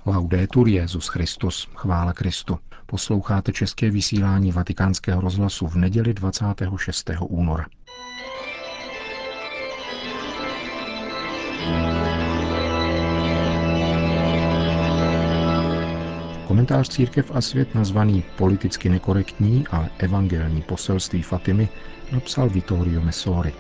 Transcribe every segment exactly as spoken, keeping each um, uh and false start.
Laudetur Jesus Christus, chvála Kristu. Posloucháte české vysílání Vatikánského rozhlasu v neděli dvacátého šestého února. Komentář Církev a svět nazvaný politicky nekorektní, ale evangelní poselství Fatimy napsal Vittorio Messori.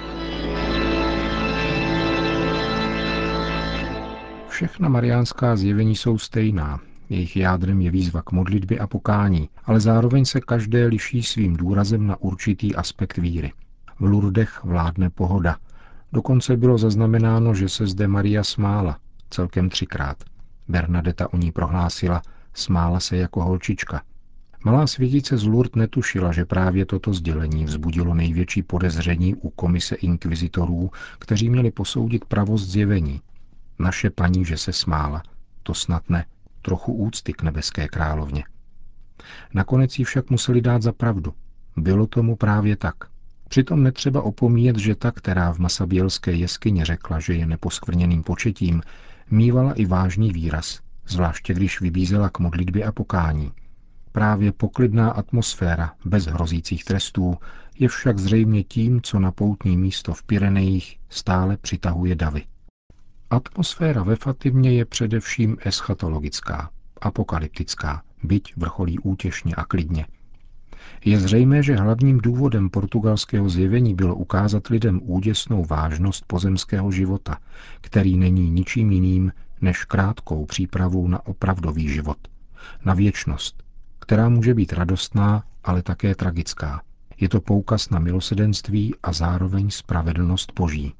Všechna mariánská zjevení jsou stejná. Jejich jádrem je výzva k modlitbě a pokání, ale zároveň se každé liší svým důrazem na určitý aspekt víry. V Lurdech vládne pohoda. Dokonce bylo zaznamenáno, že se zde Maria smála, celkem třikrát. Bernadeta o ní prohlásila, smála se jako holčička. Malá světice z Lourdes netušila, že právě toto sdělení vzbudilo největší podezření u komise inkvizitorů, kteří měli posoudit pravost zjevení. Naše paní, že se smála, to snad ne, trochu úcty k nebeské královně. Nakonec jí však museli dát za pravdu. Bylo tomu právě tak. Přitom netřeba opomíjet, že ta, která v Masabielské jeskyni řekla, že je neposkvrněným početím, mívala i vážný výraz, zvláště když vybízela k modlitbě a pokání. Právě poklidná atmosféra, bez hrozících trestů, je však zřejmě tím, co na poutní místo v Pyrenejích stále přitahuje davy. Atmosféra ve Fatimě je především eschatologická, apokalyptická, byť vrcholí útěšně a klidně. Je zřejmé, že hlavním důvodem portugalského zjevení bylo ukázat lidem úděsnou vážnost pozemského života, který není ničím jiným než krátkou přípravou na opravdový život, na věčnost, která může být radostná, ale také tragická. Je to poukaz na milosrdenství a zároveň spravedlnost Boží.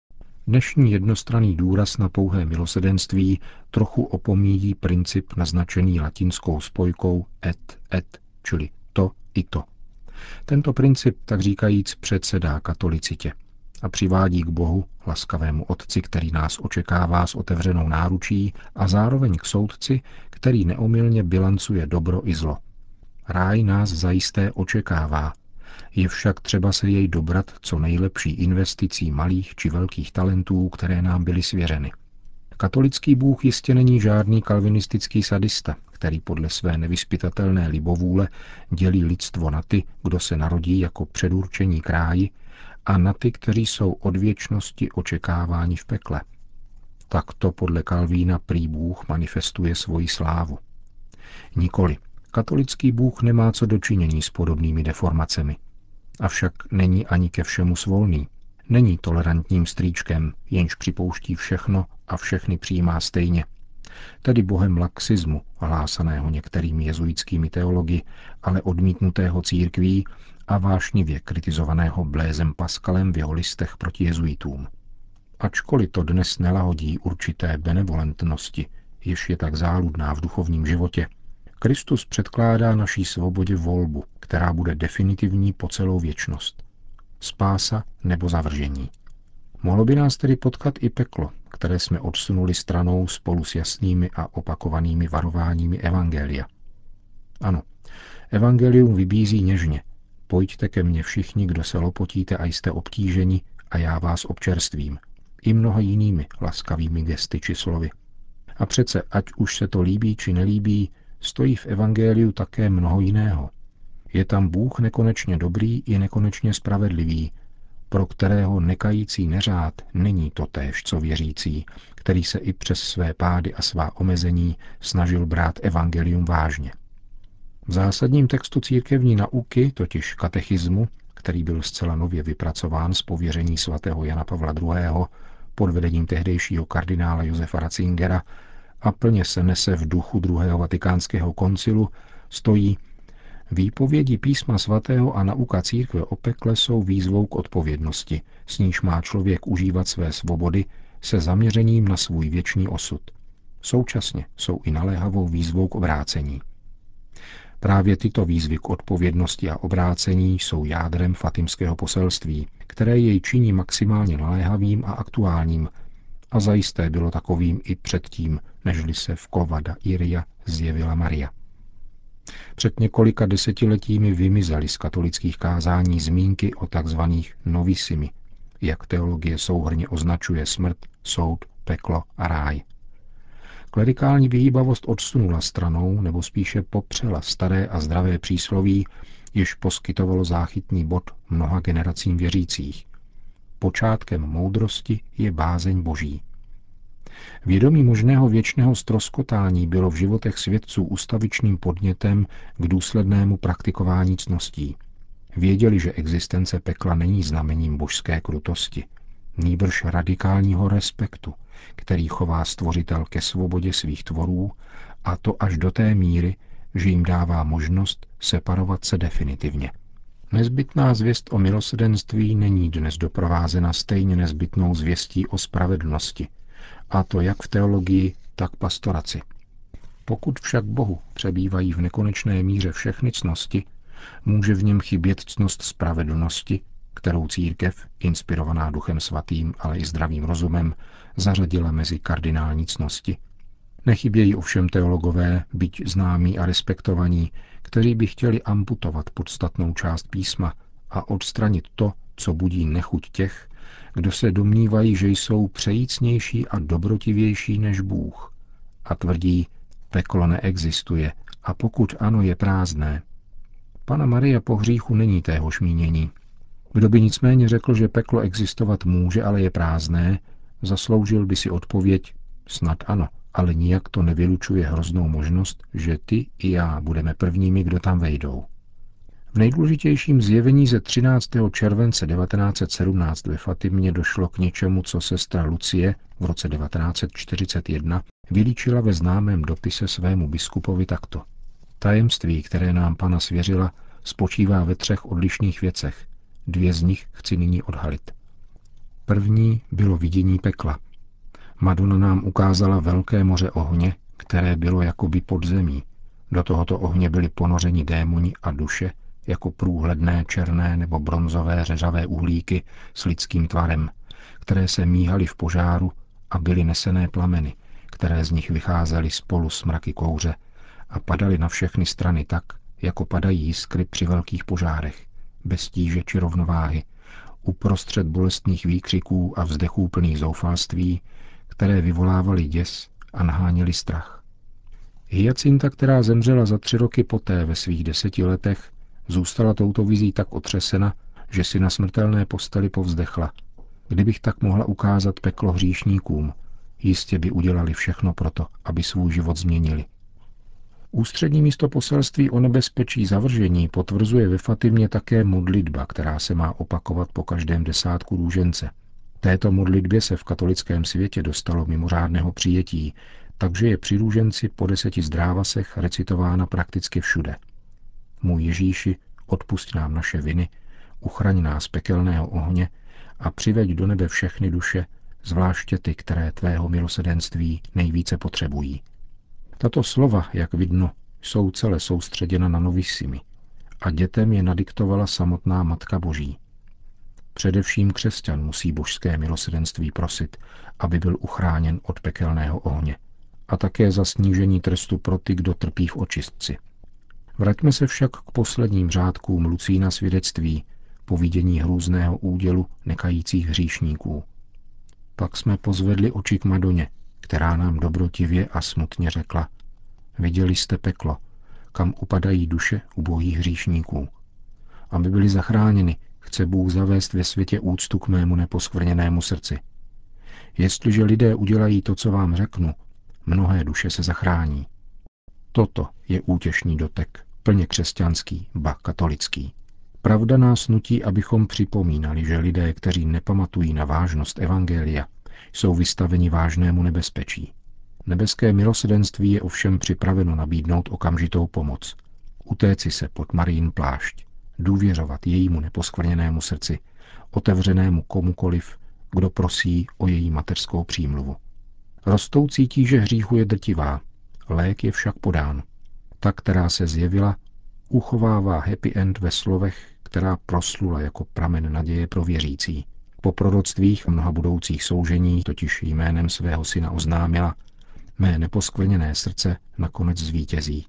Dnešní jednostranný důraz na pouhé milosrdenství trochu opomíjí princip naznačený latinskou spojkou et et, čili to i to. Tento princip, tak říkajíc, předsedá katolicitě a přivádí k Bohu, laskavému Otci, který nás očekává s otevřenou náručí, a zároveň k soudci, který neomylně bilancuje dobro i zlo. Ráj nás zajisté očekává, je však třeba se jej dobrat co nejlepší investicí malých či velkých talentů, které nám byly svěřeny. Katolický Bůh jistě není žádný kalvinistický sadista, který podle své nevyzpytatelné libovůle dělí lidstvo na ty, kdo se narodí jako předurčení k ráji, a na ty, kteří jsou od věčnosti očekáváni v pekle. Takto podle Kalvína prý Bůh manifestuje svoji slávu. Nikoli. Katolický Bůh nemá co dočinění s podobnými deformacemi. Avšak není ani ke všemu svolný. Není tolerantním strýčkem, jenž připouští všechno a všechny přijímá stejně. Tedy bohem laxismu, hlásaného některými jezuitskými teology, ale odmítnutého církví a vášnivě kritizovaného Blaisem Pascalem v jeho listech proti jezuitům. Ačkoliv to dnes nelahodí určité benevolentnosti, jež je tak záludná v duchovním životě, Kristus předkládá naší svobodě volbu, která bude definitivní po celou věčnost. Spása nebo zavržení. Mohlo by nás tedy potkat i peklo, které jsme odsunuli stranou spolu s jasnými a opakovanými varováními evangelia. Ano, evangelium vybízí něžně. Pojďte ke mně všichni, kdo se lopotíte a jste obtíženi, a já vás občerstvím. I mnoha jinými laskavými gesty či slovy. A přece, ať už se to líbí či nelíbí, stojí v evangeliu také mnoho jiného. Je tam Bůh nekonečně dobrý i nekonečně spravedlivý, pro kterého nekající neřád není totéž, co věřící, který se i přes své pády a svá omezení snažil brát evangelium vážně. V zásadním textu církevní nauky, totiž katechismu, který byl zcela nově vypracován z pověření svatého Jana Pavla druhého. pod vedením tehdejšího kardinála Josefa Ratzingera a plně se nese v duchu druhého vatikánského koncilu, stojí: výpovědi písma svatého a nauka církve o pekle jsou výzvou k odpovědnosti, s níž má člověk užívat své svobody se zaměřením na svůj věčný osud. Současně jsou i naléhavou výzvou k obrácení. Právě tyto výzvy k odpovědnosti a obrácení jsou jádrem fatimského poselství, které jej činí maximálně naléhavým a aktuálním, a zajisté bylo takovým i předtím, nežli se v Cova da Iria zjevila Maria. Před několika desetiletími vymizely z katolických kázání zmínky o takzvaných novissimi, jak teologie souhrnně označuje smrt, soud, peklo a ráj. Klerikální vyhýbavost odsunula stranou, nebo spíše popřela staré a zdravé přísloví, jež poskytovalo záchytný bod mnoha generacím věřících. Počátkem moudrosti je bázeň Boží. Vědomí možného věčného ztroskotání bylo v životech svědců ustavičným podnětem k důslednému praktikování ctností. Věděli, že existence pekla není znamením božské krutosti, nýbrž radikálního respektu, který chová Stvořitel ke svobodě svých tvorů, a to až do té míry, že jim dává možnost separovat se definitivně. Nezbytná zvěst o milosrdenství není dnes doprovázena stejně nezbytnou zvěstí o spravedlnosti, a to jak v teologii, tak pastoraci. Pokud však Bohu přebývají v nekonečné míře všechny ctnosti, může v něm chybět ctnost spravedlnosti, kterou církev, inspirovaná Duchem Svatým, ale i zdravým rozumem, zařadila mezi kardinální ctnosti. Nechybějí ovšem teologové, byť známí a respektovaní, kteří by chtěli amputovat podstatnou část písma a odstranit to, co budí nechuť těch, kdo se domnívají, že jsou přejícnější a dobrotivější než Bůh, a tvrdí, peklo neexistuje a pokud ano, je prázdné. Panna Maria po hříchu není téhož mínění. Kdo by nicméně řekl, že peklo existovat může, ale je prázdné, zasloužil by si odpověď, snad ano, ale nijak to nevylučuje hroznou možnost, že ty i já budeme prvními, kdo tam vejdou. V nejdůležitějším zjevení ze třináctého července devatenáct set sedmnáct ve Fatimě došlo k něčemu, co sestra Lucie v roce devatenáct set čtyřicet jedna vylíčila ve známém dopise svému biskupovi takto. Tajemství, které nám Panna svěřila, spočívá ve třech odlišných věcech. Dvě z nich chci nyní odhalit. První bylo vidění pekla. Madonna nám ukázala velké moře ohně, které bylo jakoby pod zemí. Do tohoto ohně byly ponořeni démoni a duše, jako průhledné černé nebo bronzové řeřavé uhlíky s lidským tvarem, které se míhaly v požáru a byly nesené plameny, které z nich vycházely spolu s mraky kouře a padaly na všechny strany tak, jako padají jiskry při velkých požárech, bez tíže či rovnováhy, uprostřed bolestných výkřiků a vzdechů plných zoufalství, které vyvolávaly děs a naháněly strach. Hyacinta, která zemřela za tři roky poté ve svých deseti letech, zůstala touto vizí tak otřesena, že si na smrtelné posteli povzdechla. Kdybych tak mohla ukázat peklo hříšníkům, jistě by udělali všechno proto, aby svůj život změnili. Ústřední místo poselství o nebezpečí zavržení potvrzuje ve Fatimě také modlitba, která se má opakovat po každém desátku růžence. Této modlitbě se v katolickém světě dostalo mimořádného přijetí, takže je při růženci po deseti zdrávasech recitována prakticky všude. Můj Ježíši, odpusť nám naše viny, uchraň nás pekelného ohně a přiveď do nebe všechny duše, zvláště ty, které tvého milosrdenství nejvíce potřebují. Tato slova, jak vidno, jsou celé soustředěna na novissimi a dětem je nadiktovala samotná Matka Boží. Především křesťan musí božské milosrdenství prosit, aby byl uchráněn od pekelného ohně, a také za snížení trestu pro ty, kdo trpí v očistci. Vraťme se však k posledním řádkům Lucína svědectví po vidění hrůzného údělu nekajících hříšníků. Pak jsme pozvedli oči k Madoně, která nám dobrotivě a smutně řekla: viděli jste peklo, kam upadají duše ubohých hříšníků. Aby byli zachráněni, chce Bůh zavést ve světě úctu k mému neposkvrněnému srdci. Jestliže lidé udělají to, co vám řeknu, mnohé duše se zachrání. Toto je útěšný dotek, plně křesťanský, ba katolický. Pravda nás nutí, abychom připomínali, že lidé, kteří nepamatují na vážnost evangelia, jsou vystaveni vážnému nebezpečí. Nebeské milosrdenství je ovšem připraveno nabídnout okamžitou pomoc. Utéci se pod Marijin plášť, důvěřovat jejímu neposkvrněnému srdci, otevřenému komukoliv, kdo prosí o její mateřskou přímluvu. Rostoucí tíže hříchu je drtivá, lék je však podán. Ta, která se zjevila, uchovává happy end ve slovech, která proslula jako pramen naděje pro věřící. Po proroctvích a mnoha budoucích soužení totiž jménem svého syna oznámila: mé neposkvrněné srdce nakonec zvítězí.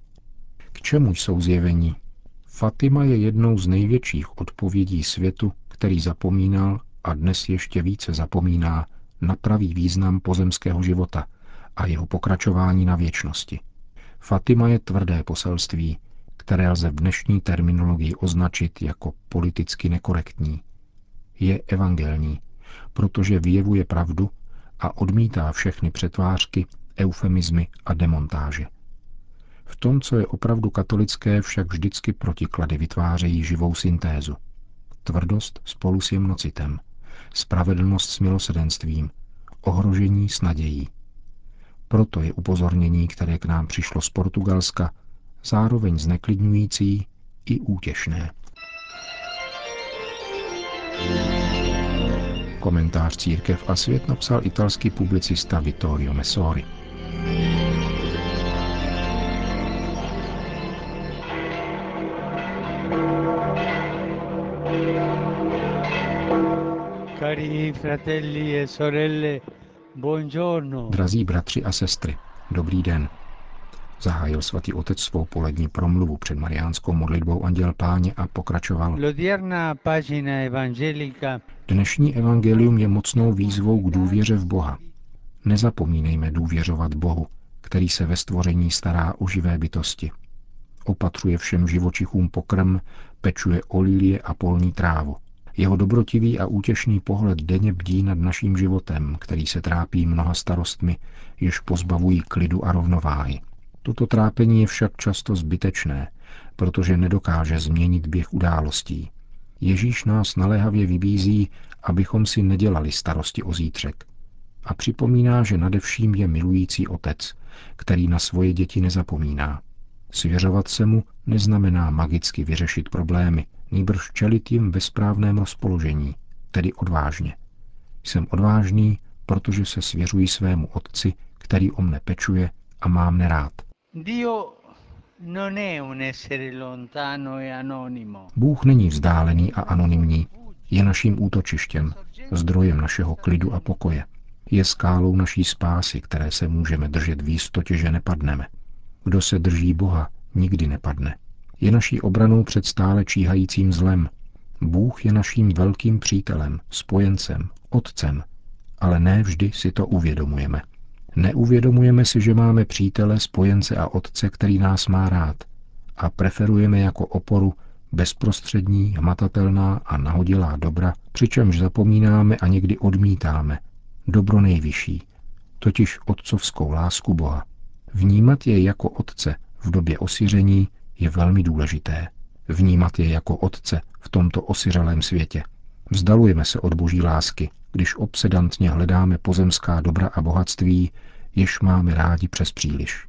K čemu jsou zjevení? Fatima je jednou z největších odpovědí světu, který zapomínal a dnes ještě více zapomíná na pravý význam pozemského života a jeho pokračování na věčnosti. Fatima je tvrdé poselství, které lze v dnešní terminologii označit jako politicky nekorektní. Je evangelní, protože vyjevuje pravdu a odmítá všechny přetvářky, eufemizmy a demontáže. V tom, co je opravdu katolické, však vždycky protiklady vytvářejí živou syntézu. Tvrdost spolu s jemnocitem, spravedlnost s milosrdenstvím, ohrožení s nadějí. Proto je upozornění, které k nám přišlo z Portugalska, zároveň zneklidňující i útěšné. Komentář Církev a svět napsal italský publicista Vittorio Messori. Cari fratelli e sorelle, buongiorno. Drazí bratři a sestry, dobrý den. Zahájil svatý otec svou polední promluvu před mariánskou modlitbou Anděl Páně a pokračoval. L'odierna pagina evangelica. Dnešní evangelium je mocnou výzvou k důvěře v Boha. Nezapomínejme důvěřovat Bohu, který se ve stvoření stará o živé bytosti. Opatřuje všem živočichům pokrm, pečuje o lilie a polní trávu. Jeho dobrotivý a útěšný pohled denně bdí nad naším životem, který se trápí mnoha starostmi, jež pozbavují klidu a rovnováhy. Toto trápení je však často zbytečné, protože nedokáže změnit běh událostí. Ježíš nás naléhavě vybízí, abychom si nedělali starosti o zítřek. A připomíná, že nadevším je milující otec, který na svoje děti nezapomíná. Svěřovat se mu neznamená magicky vyřešit problémy, nýbrž čelit jim ve správném rozpoložení, tedy odvážně. Jsem odvážný, protože se svěřuji svému otci, který o mne pečuje a má mne rád. Bůh není vzdálený a anonymní, je naším útočištěm, zdrojem našeho klidu a pokoje. Je skálou naší spásy, které se můžeme držet v jistotě, že nepadneme. Kdo se drží Boha, nikdy nepadne. Je naší obranou před stále číhajícím zlem. Bůh je naším velkým přítelem, spojencem, otcem, ale ne vždy si to uvědomujeme. Neuvědomujeme si, že máme přítele, spojence a otce, který nás má rád, a preferujeme jako oporu bezprostřední, hmatatelná a nahodilá dobra, přičemž zapomínáme a někdy odmítáme dobro nejvyšší, totiž otcovskou lásku Boha. Vnímat je jako otce v době osiření je velmi důležité. Vnímat je jako otce v tomto osiřelém světě. Vzdalujeme se od boží lásky, když obsedantně hledáme pozemská dobra a bohatství, jež máme rádi přes příliš.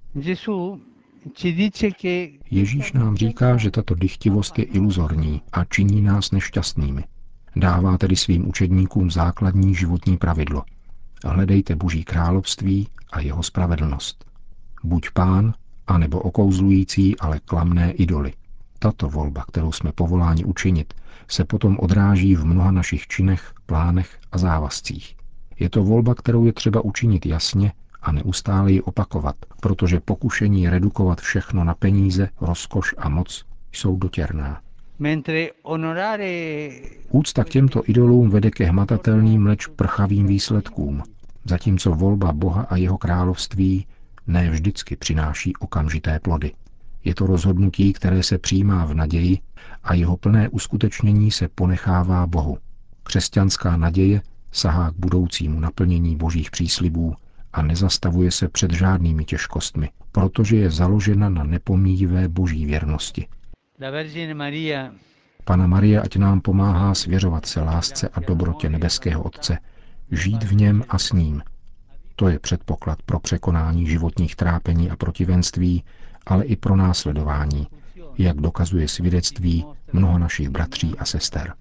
Ježíš nám říká, že tato dychtivost je iluzorní a činí nás nešťastnými. Dává tedy svým učedníkům základní životní pravidlo. Hledejte Boží království a jeho spravedlnost. Buď Pán, anebo okouzlující, ale klamné idoly. Tato volba, kterou jsme povoláni učinit, se potom odráží v mnoha našich činech, plánech a závazcích. Je to volba, kterou je třeba učinit jasně a neustále ji opakovat, protože pokušení redukovat všechno na peníze, rozkoš a moc jsou dotěrná. Úcta k těmto idolům vede ke hmatatelným, leč prchavým výsledkům, zatímco volba Boha a jeho království ne vždycky přináší okamžité plody. Je to rozhodnutí, které se přijímá v naději a jeho plné uskutečnění se ponechává Bohu. Křesťanská naděje sahá k budoucímu naplnění božích příslibů a nezastavuje se před žádnými těžkostmi, protože je založena na nepomíjivé boží věrnosti. Panna Marie ať nám pomáhá svěřovat se lásce a dobrotě nebeského Otce, žít v něm a s ním. To je předpoklad pro překonání životních trápení a protivenství, ale i pro následování, jak dokazuje svědectví mnoha našich bratří a sester.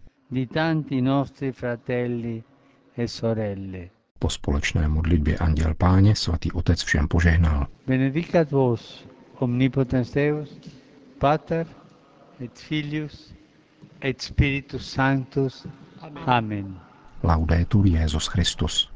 Po společné modlitbě Anděl Páně svatý otec všem požehnal. Benedicat vos, omnipotens Deus, Pater et Filius et Spiritus Sanctus. Amen. Laudetur Jesus Christus.